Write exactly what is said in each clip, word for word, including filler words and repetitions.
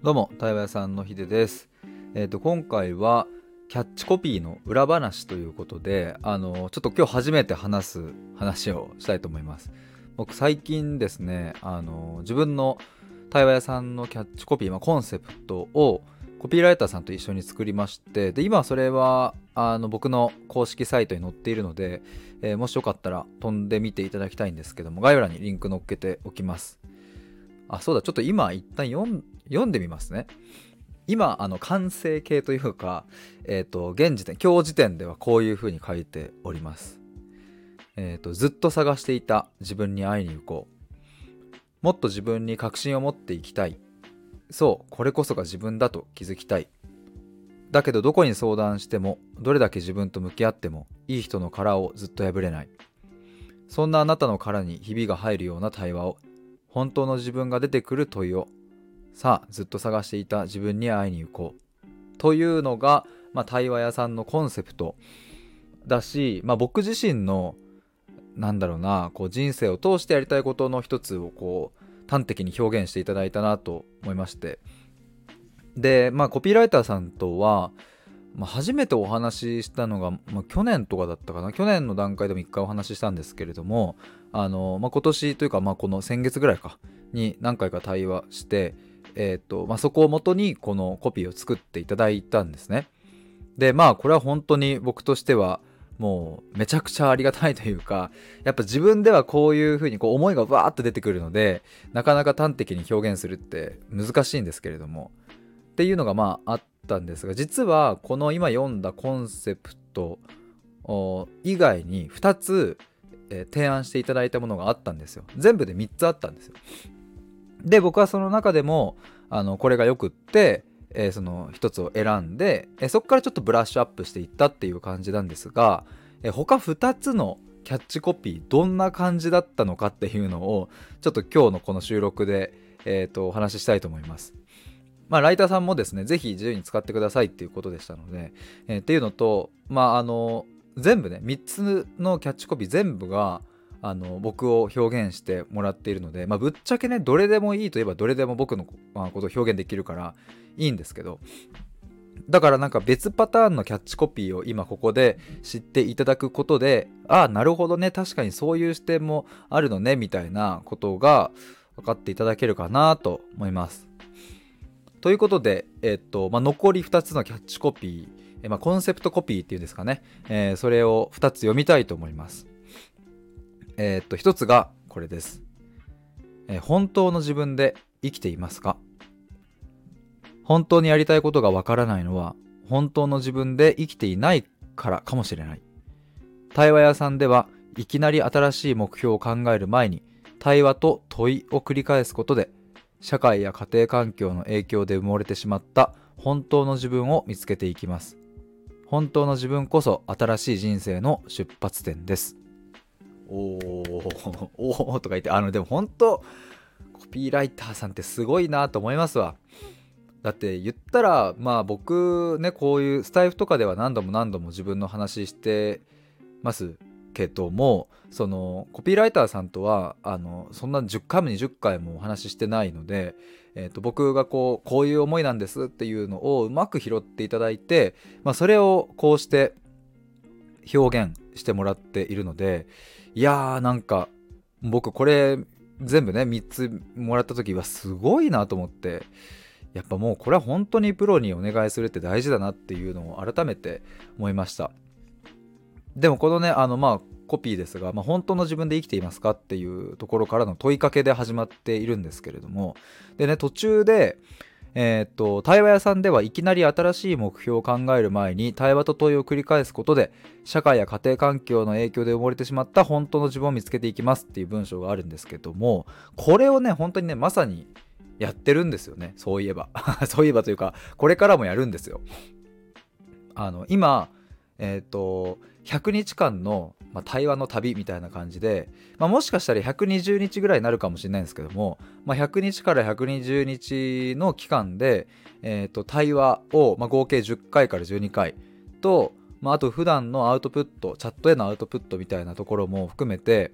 どうも、対話屋さんのひでです。えっと、今回はキャッチコピーの裏話ということで、あの、ちょっと今日初めて話す話をしたいと思います。僕、最近ですね、あの、自分の対話屋さんのキャッチコピー、まあ、コンセプトをコピーライターさんと一緒に作りまして、で、今それは、あの、僕の公式サイトに載っているので、えーもしよかったら飛んでみていただきたいんですけども、概要欄にリンク載っけておきます。あ、そうだ、ちょっと今一旦読ん読んでみますね。今、あの、完成形というか、えっと、現時点、今日時点ではこういう風に書いております。えっと、ずっと探していた自分に会いに行こう。もっと自分に確信を持っていきたい。そう、これこそが自分だと気づきたい。だけどどこに相談しても、どれだけ自分と向き合っても、いい人の殻をずっと破れない。そんなあなたの殻にひびが入るような対話を、本当の自分が出てくる問いを、さあずっと探していた自分に会いに行こうというのが、まあ、対話屋さんのコンセプトだし、まあ、僕自身のなんだろうなこう人生を通してやりたいことの一つをこう端的に表現していただいたなと思いまして、で、まあ、コピーライターさんとは、まあ、初めてお話ししたのが、まあ、去年とかだったかな。去年の段階でも一回お話ししたんですけれども、あの、まあ、今年というか、まあ、この先月ぐらいかに何回か対話して、えーとまあ、そこを元にこのコピーを作っていただいたんですね。で、まあこれは本当に僕としてはもうめちゃくちゃありがたいというか、やっぱ自分ではこういう風にこう思いがわーっと出てくるので、なかなか端的に表現するって難しいんですけれども、っていうのがまああったんですが、実はこの今読んだコンセプト以外にふたつ、えー提案していただいたものがあったんですよ。全部でみっつあったんですよ。で、僕はその中でもあのこれがよくって、えーその一つを選んで、えーそこからちょっとブラッシュアップしていったっていう感じなんですが、えー他ふたつのキャッチコピーどんな感じだったのかっていうのをちょっと今日のこの収録で、えーとお話ししたいと思います。まあライターさんもですね、ぜひ自由に使ってくださいっていうことでしたので、えーっていうのと、まああの全部ねみっつのキャッチコピー全部があの僕を表現してもらっているので、まあ、ぶっちゃけねどれでもいいといえばどれでも僕の、まあ、ことを表現できるからいいんですけど、だからなんか別パターンのキャッチコピーを今ここで知っていただくことで、ああなるほどね、確かにそういう視点もあるのねみたいなことが分かっていただけるかなと思います。ということで、えっとまあ、残りふたつのキャッチコピー、えまあ、コンセプトコピーっていうんですかね、えーそれをふたつ読みたいと思います。えーっと、一つがこれです。えー本当の自分で生きていますか？本当にやりたいことがわからないのは、本当の自分で生きていないからかもしれない。対話屋さんでは、いきなり新しい目標を考える前に、対話と問いを繰り返すことで、社会や家庭環境の影響で埋もれてしまった本当の自分を見つけていきます。本当の自分こそ新しい人生の出発点です。おーおーとか言って、あのでも本当コピーライターさんってすごいなと思いますわ。だって言ったらまあ僕ね、こういうスタイフとかでは何度も何度も自分の話してますけども、そのコピーライターさんとはあのそんなじゅっかいもにじゅっかいもお話ししてないので、えー、と僕がこうこういう思いなんですっていうのをうまく拾っていただいて、まあ、それをこうして表現してもらっているので、いやーなんか僕これ全部ねみっつもらった時はすごいなと思って、やっぱもうこれは本当にプロにお願いするって大事だなっていうのを改めて思いました。でもこのねあのまあコピーですが、まあ、本当の自分で生きていますかっていうところからの問いかけで始まっているんですけれども、でね途中でえーっと対話屋さんではいきなり新しい目標を考える前に対話と問いを繰り返すことで社会や家庭環境の影響で埋もれてしまった本当の自分を見つけていきますっていう文章があるんですけども、これをね本当にねまさにやってるんですよね。そういえばそういえばというかこれからもやるんですよ。あの今えーっとひゃくにちかんの、まあ、対話の旅みたいな感じで、まあ、もしかしたらひゃくにじゅうにちぐらいになるかもしれないんですけども、まあ、ひゃくにちからひゃくにじゅうにちの期間で、えー、と対話を、まあ、合計じゅっかいからじゅうにかいと、まあ、あと普段のアウトプットチャットへのアウトプットみたいなところも含めて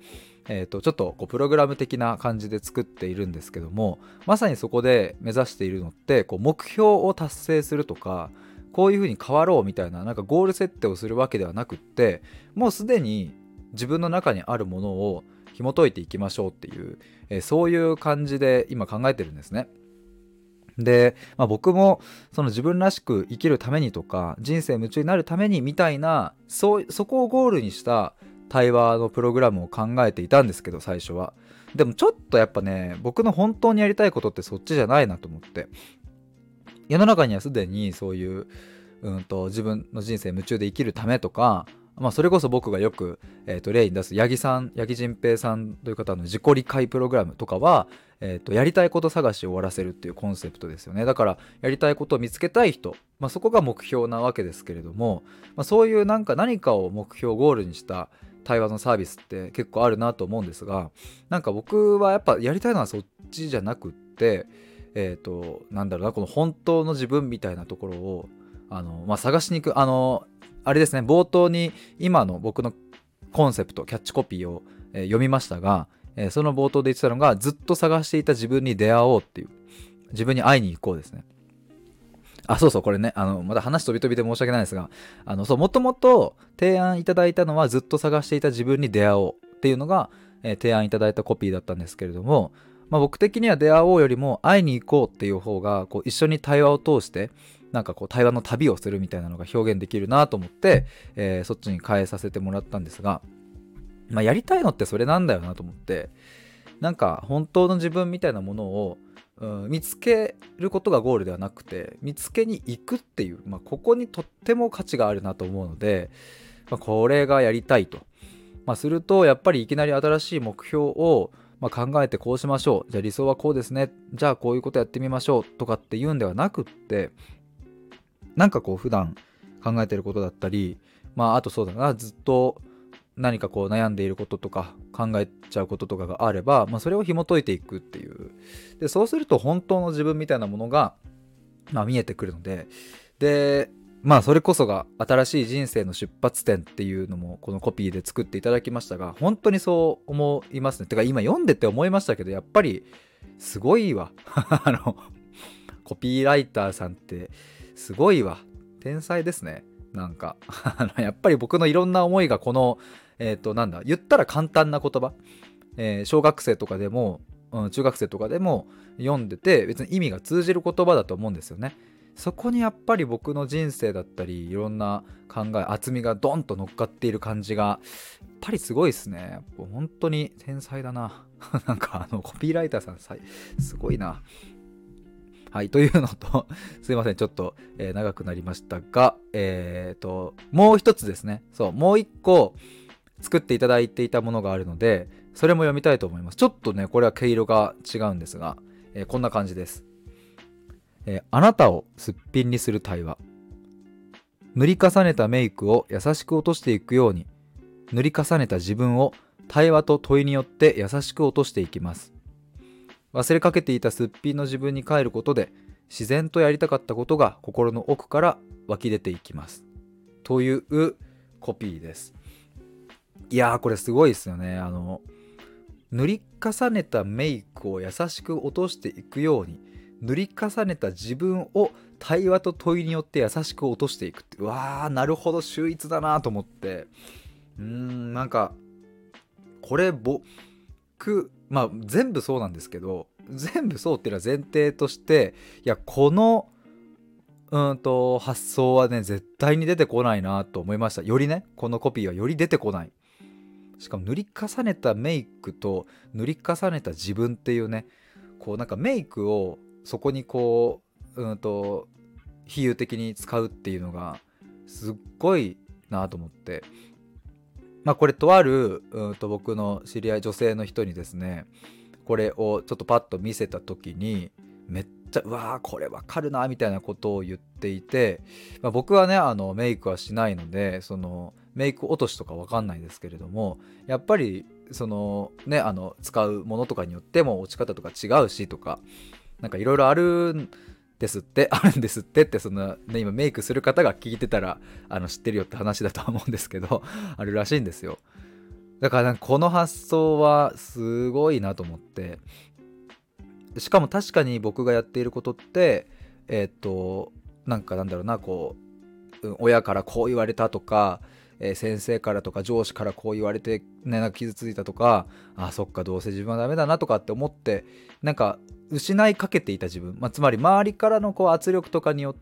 えー、とちょっとこうプログラム的な感じで作っているんですけども、まさにそこで目指しているのってこう目標を達成するとか、こういうふうに変わろうみたいななんかゴール設定をするわけではなくって、もうすでに自分の中にあるものを紐解いていきましょうっていう、えーそういう感じで今考えてるんですね。で、まあ、僕もその自分らしく生きるためにとか人生夢中になるためにみたいな、そうそこをゴールにした対話のプログラムを考えていたんですけど、最初は。でもちょっとやっぱね、僕の本当にやりたいことってそっちじゃないなと思って、世の中にはすでにそういう、うんと自分の人生夢中で生きるためとか、まあ、それこそ僕がよく、えー、と例に出す八木さん八木仁平さんという方の自己理解プログラムとかは、えー、とやりたいこと探しを終わらせるっていうコンセプトですよね。だからやりたいことを見つけたい人、まあ、そこが目標なわけですけれども、まあ、そういうなんか何かを目標ゴールにした対話のサービスって結構あるなと思うんですが、なんか僕はやっぱやりたいのはそっちじゃなくって、えっ、となんだろうな、この本当の自分みたいなところをあの、まあ、探しに行く、あのあれですね、冒頭に今の僕のコンセプトキャッチコピーを、えー読みましたが、えーその冒頭で言ってたのが、ずっと探していた自分に出会おうっていう、自分に会いに行こうですね。あ、そうそう、これね、あのまだ話飛び飛びで申し訳ないですが、あのそう、もともと提案いただいたのはずっと探していた自分に出会おうっていうのが、えー提案いただいたコピーだったんですけれども、まあ、僕的には出会おうよりも会いに行こうっていう方が、こう一緒に対話を通してなんかこう対話の旅をするみたいなのが表現できるなと思って、えーそっちに変えさせてもらったんですが、まあ、やりたいのってそれなんだよなと思って、なんか本当の自分みたいなものを、うん、見つけることがゴールではなくて、見つけに行くっていう、まあ、ここにとっても価値があるなと思うので、まあ、これがやりたいと、まあ、するとやっぱりいきなり新しい目標をまあ考えて、こうしましょう、じゃあ理想はこうですね、じゃあこういうことやってみましょうとかっていうんではなくって、なんかこう普段考えてることだったり、まああとそうだな、ずっと何かこう悩んでいることとか考えちゃうこととかがあれば、まあ、それを紐解いていくっていう。でそうすると本当の自分みたいなものが、まあ、見えてくるので、でまあそれこそが新しい人生の出発点っていうのもこのコピーで作っていただきましたが、本当にそう思いますね。てか今読んでて思いましたけど、やっぱりすごいわあのコピーライターさんってすごいわ、天才ですね。なんかあのやっぱり僕のいろんな思いがこの、えっ、となんだ、言ったら簡単な言葉、えー小学生とかでも、うん、中学生とかでも読んでて別に意味が通じる言葉だと思うんですよね。そこにやっぱり僕の人生だったりいろんな考え、厚みがドンと乗っかっている感じがやっぱりすごいですね。やっぱ本当に天才だななんかあのコピーライターさんさいすごいな。はい、というのとすいません、ちょっと、えー長くなりましたが、えーともう一つですね、そうもう一個作っていただいていたものがあるので、それも読みたいと思います。ちょっとねこれは毛色が違うんですが、えーこんな感じです。えーあなたをすっぴんにする対話。塗り重ねたメイクを優しく落としていくように、塗り重ねた自分を対話と問いによって優しく落としていきます。忘れかけていたすっぴんの自分に帰ることで、自然とやりたかったことが心の奥から湧き出ていきます。というコピーです。いやーこれすごいですよね。あの塗り重ねたメイクを優しく落としていくように、塗り重ねた自分を対話と問いによって優しく落としていくって、うわーなるほど秀逸だなと思って、うーんなんかこれ僕まあ全部そうなんですけど、全部そうっていうのは前提として、いやこのうんと発想はね絶対に出てこないなと思いました。よりねこのコピーはより出てこない。しかも塗り重ねたメイクと塗り重ねた自分っていうね、こうなんかメイクをそこにこううんと比喩的に使うっていうのがすっごいなと思って、まあこれとあるうんと僕の知り合い女性の人にですね、これをちょっとパッと見せた時にめっちゃうわーこれわかるなみたいなことを言っていて、まあ、僕はねあのメイクはしないのでそのメイク落としとかわかんないですけれども、やっぱりそのねあの使うものとかによっても落ち方とか違うしとか、なんかいろいろあるんですってあるんですってって、そのね今メイクする方が聞いてたらあの知ってるよって話だとは思うんですけどあるらしいんですよ。 だからなんかこの発想はすごいなと思って、しかも確かに僕がやっていることってえーっとなんかなんだろうな、こううん親からこう言われたとか、えー先生からとか上司からこう言われて、ね、なんか傷ついたとか、あそっかどうせ自分はダメだなとかって思ってなんか失いかけていた自分、まあ、つまり周りからのこう圧力とかによって、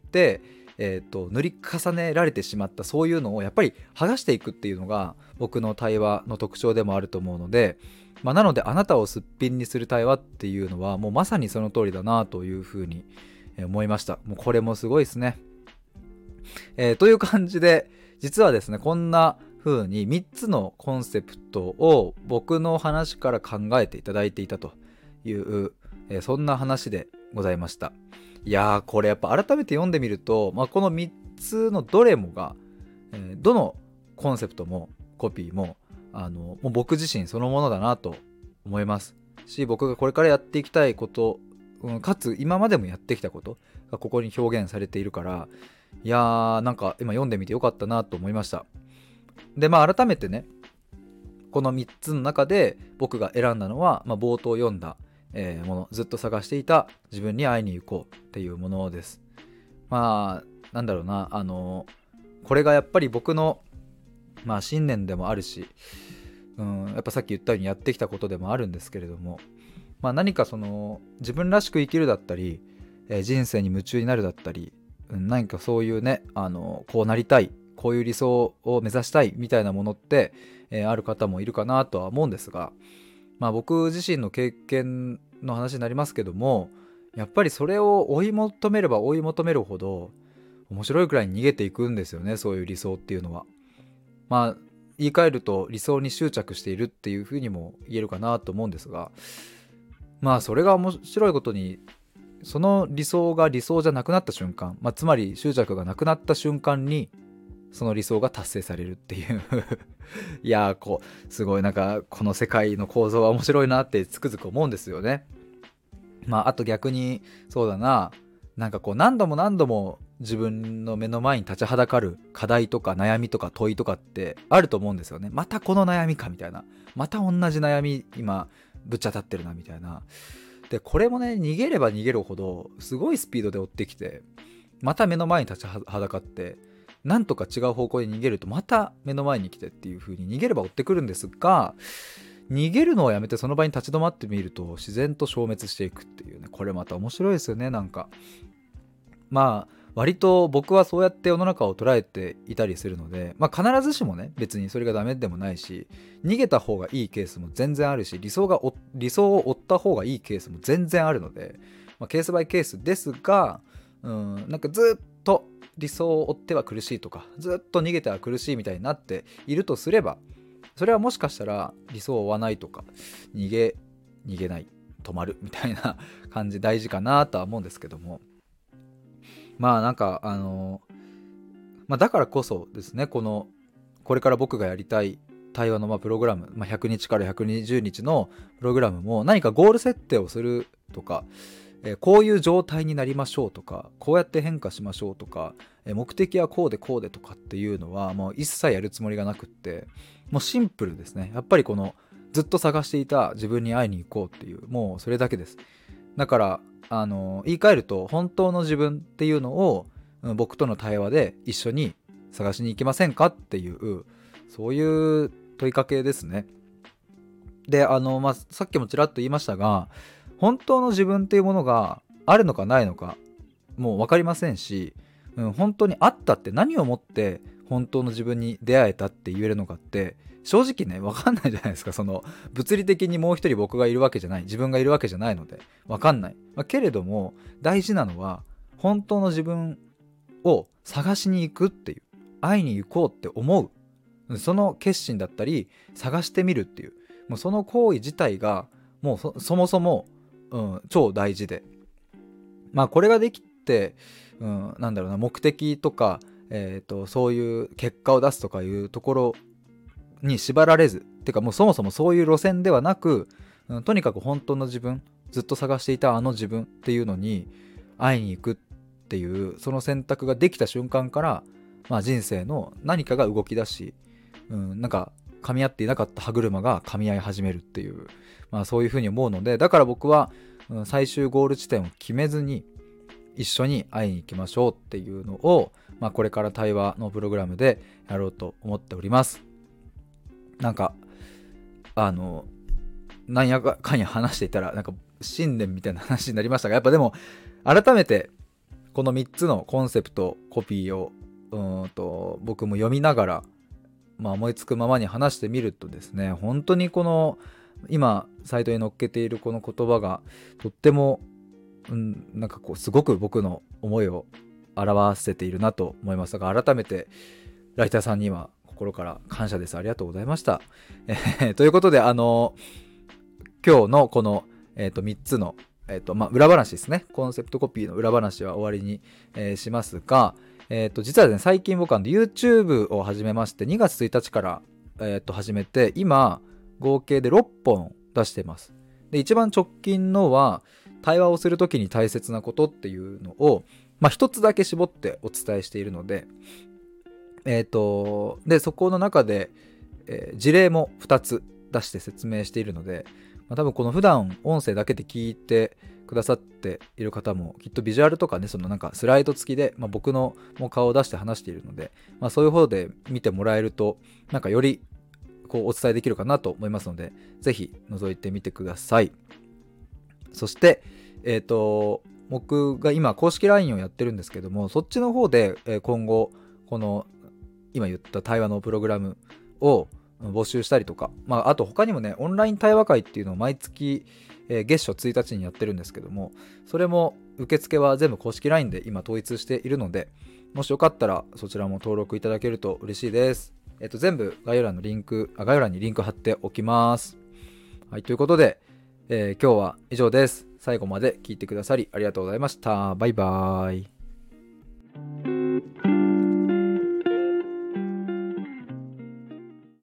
えー、と塗り重ねられてしまったそういうのをやっぱり剥がしていくっていうのが僕の対話の特徴でもあると思うので、まあ、なのであなたをすっぴんにする対話っていうのはもうまさにその通りだなというふうに思いました。もうこれもすごいですね。えーという感じで、実はですねこんな風にみっつのコンセプトを僕の話から考えていただいていたという、えーそんな話でございました。いやーこれやっぱ改めて読んでみると、まあ、このみっつのどれもが、えーどのコンセプトもコピーもあのもう僕自身そのものだなと思いますし、僕がこれからやっていきたいこと、うん、かつ今までもやってきたことがここに表現されているから、いやーなんか今読んでみてよかったなと思いました。でまあ改めてね、このみっつの中で僕が選んだのは、まあ、冒頭読んだ、えーもの、ずっと探していた自分に会いに行こうっていうものです。まあなんだろうな、あのこれがやっぱり僕の、まあ、信念でもあるし、うん、やっぱさっき言ったようにやってきたことでもあるんですけれども、まあ、何かその自分らしく生きるだったり、えー人生に夢中になるだったり、うん、何かそういうね、あのこうなりたい、こういう理想を目指したいみたいなものって、えーある方もいるかなとは思うんですが、まあ、僕自身の経験の話になりますけども、やっぱりそれを追い求めれば追い求めるほど面白いくらいに逃げていくんですよね、そういう理想っていうのは。まあ言い換えると理想に執着しているっていうふうにも言えるかなと思うんですが、まあそれが面白いことに、その理想が理想じゃなくなった瞬間、まあ、つまり執着がなくなった瞬間にその理想が達成されるっていういやーこうすごいなんかこの世界の構造は面白いなってつくづく思うんですよね。まああと逆にそうだな、なんかこう何度も何度も自分の目の前に立ちはだかる課題とか悩みとか問いとかってあると思うんですよね。またこの悩みかみたいな、また同じ悩み今ぶっちゃたってるなみたいな。でこれもね、逃げれば逃げるほどすごいスピードで追ってきて、また目の前に立ちはだかって、なんとか違う方向に逃げるとまた目の前に来てっていう風に逃げれば追ってくるんですが、逃げるのをやめてその場に立ち止まってみると自然と消滅していくっていうね、これまた面白いですよね。なんかまあ割と僕はそうやって世の中を捉えていたりするので、まあ必ずしもね別にそれがダメでもないし、逃げた方がいいケースも全然あるし、理想が理想を追った方がいいケースも全然あるので、まあ、ケースバイケースですが、うんなんかずっと理想を追っては苦しいとか、ずっと逃げては苦しいみたいになっているとすれば、それはもしかしたら理想を追わないとか、逃げ逃げない、止まるみたいな感じ大事かなとは思うんですけども、まあなんかあのまあだからこそですね、このこれから僕がやりたい対話のまあプログラム、まあ、ひゃくにちからひゃくにじゅうにちのプログラムも何かゴール設定をするとか、えーこういう状態になりましょうとか、こうやって変化しましょうとか、えー目的はこうでこうでとかっていうのはもう一切やるつもりがなくって、もうシンプルですね。やっぱりこのずっと探していた自分に会いに行こうっていう、もうそれだけです。だからあの言い換えると、本当の自分っていうのをうん僕との対話で一緒に探しに行きませんかっていう、そういう問いかけですね。であの、まあ、さっきもちらっと言いましたが、本当の自分っていうものがあるのかないのかもう分かりませんし、うん、本当にあったって何をもって本当の自分に出会えたって言えるのかって正直ね分かんないじゃないですか。その物理的にもう一人僕がいるわけじゃない、自分がいるわけじゃないので分かんない、まあ、けれども大事なのは本当の自分を探しに行くっていう、会いに行こうって思う、その決心だったり探してみるっていう、もうその行為自体がもう そ, そもそも、うん、超大事で、まあこれができて、うん、なんだろうな、目的とか、えー、とそういう結果を出すとかいうところに縛られず、てかもうそもそもそういう路線ではなく、うん、とにかく本当の自分、ずっと探していたあの自分っていうのに会いに行くっていう、その選択ができた瞬間から、まあ、人生の何かが動き出し、うん、なんか噛み合っていなかった歯車が噛み合い始めるっていう、まあ、そういうふうに思うので、だから僕は、うん、最終ゴール地点を決めずに一緒に会いに行きましょうっていうのを、まあ、これから対話のプログラムでやろうと思っております。なんかあのなんやかんや話していたらなんか信念みたいな話になりましたが、やっぱでも改めてこのみっつのコンセプトコピーをうーんと僕も読みながら、まあ、思いつくままに話してみるとですね、本当にこの今サイトに載っけているこの言葉がとっても、うん、なんかこうすごく僕の思いを表せているなと思いますが、改めてライターさんには心から感謝です。ありがとうございました。えー、ということで、あの今日のこの、えー、とみっつの、えーとまあ、裏話ですね、コンセプトコピーの裏話は終わりに、えー、しますが、えー、と実はですね、最近僕は YouTube を始めまして、にがつついたちから、えー、と始めて、今合計でろっぽん出してます。で、一番直近のは対話をするときに大切なことっていうのを、まあ、一つだけ絞ってお伝えしているので、えー、とでそこの中で、えー、事例もふたつ出して説明しているので、まあ、多分この普段音声だけで聞いてくださっている方もきっとビジュアルとかね、そのなんかスライド付きで、まあ、僕のもう顔を出して話しているので、まあ、そういう方で見てもらえるとなんかよりこうお伝えできるかなと思いますので、ぜひ覗いてみてください。そしてえっ、ー、と僕が今公式 ライン をやってるんですけども、そっちの方で今後この今言った対話のプログラムを募集したりとか、まあ、あと他にもね、オンライン対話会っていうのを毎月、えー、月初ついたちにやってるんですけども、それも受付は全部公式 ライン で今統一しているので、もしよかったらそちらも登録いただけると嬉しいです。えっと全部概要欄のリンクあ概要欄にリンク貼っておきます。はい、ということで、えー、今日は以上です。最後まで聞いてくださりありがとうございました。バイバーイ。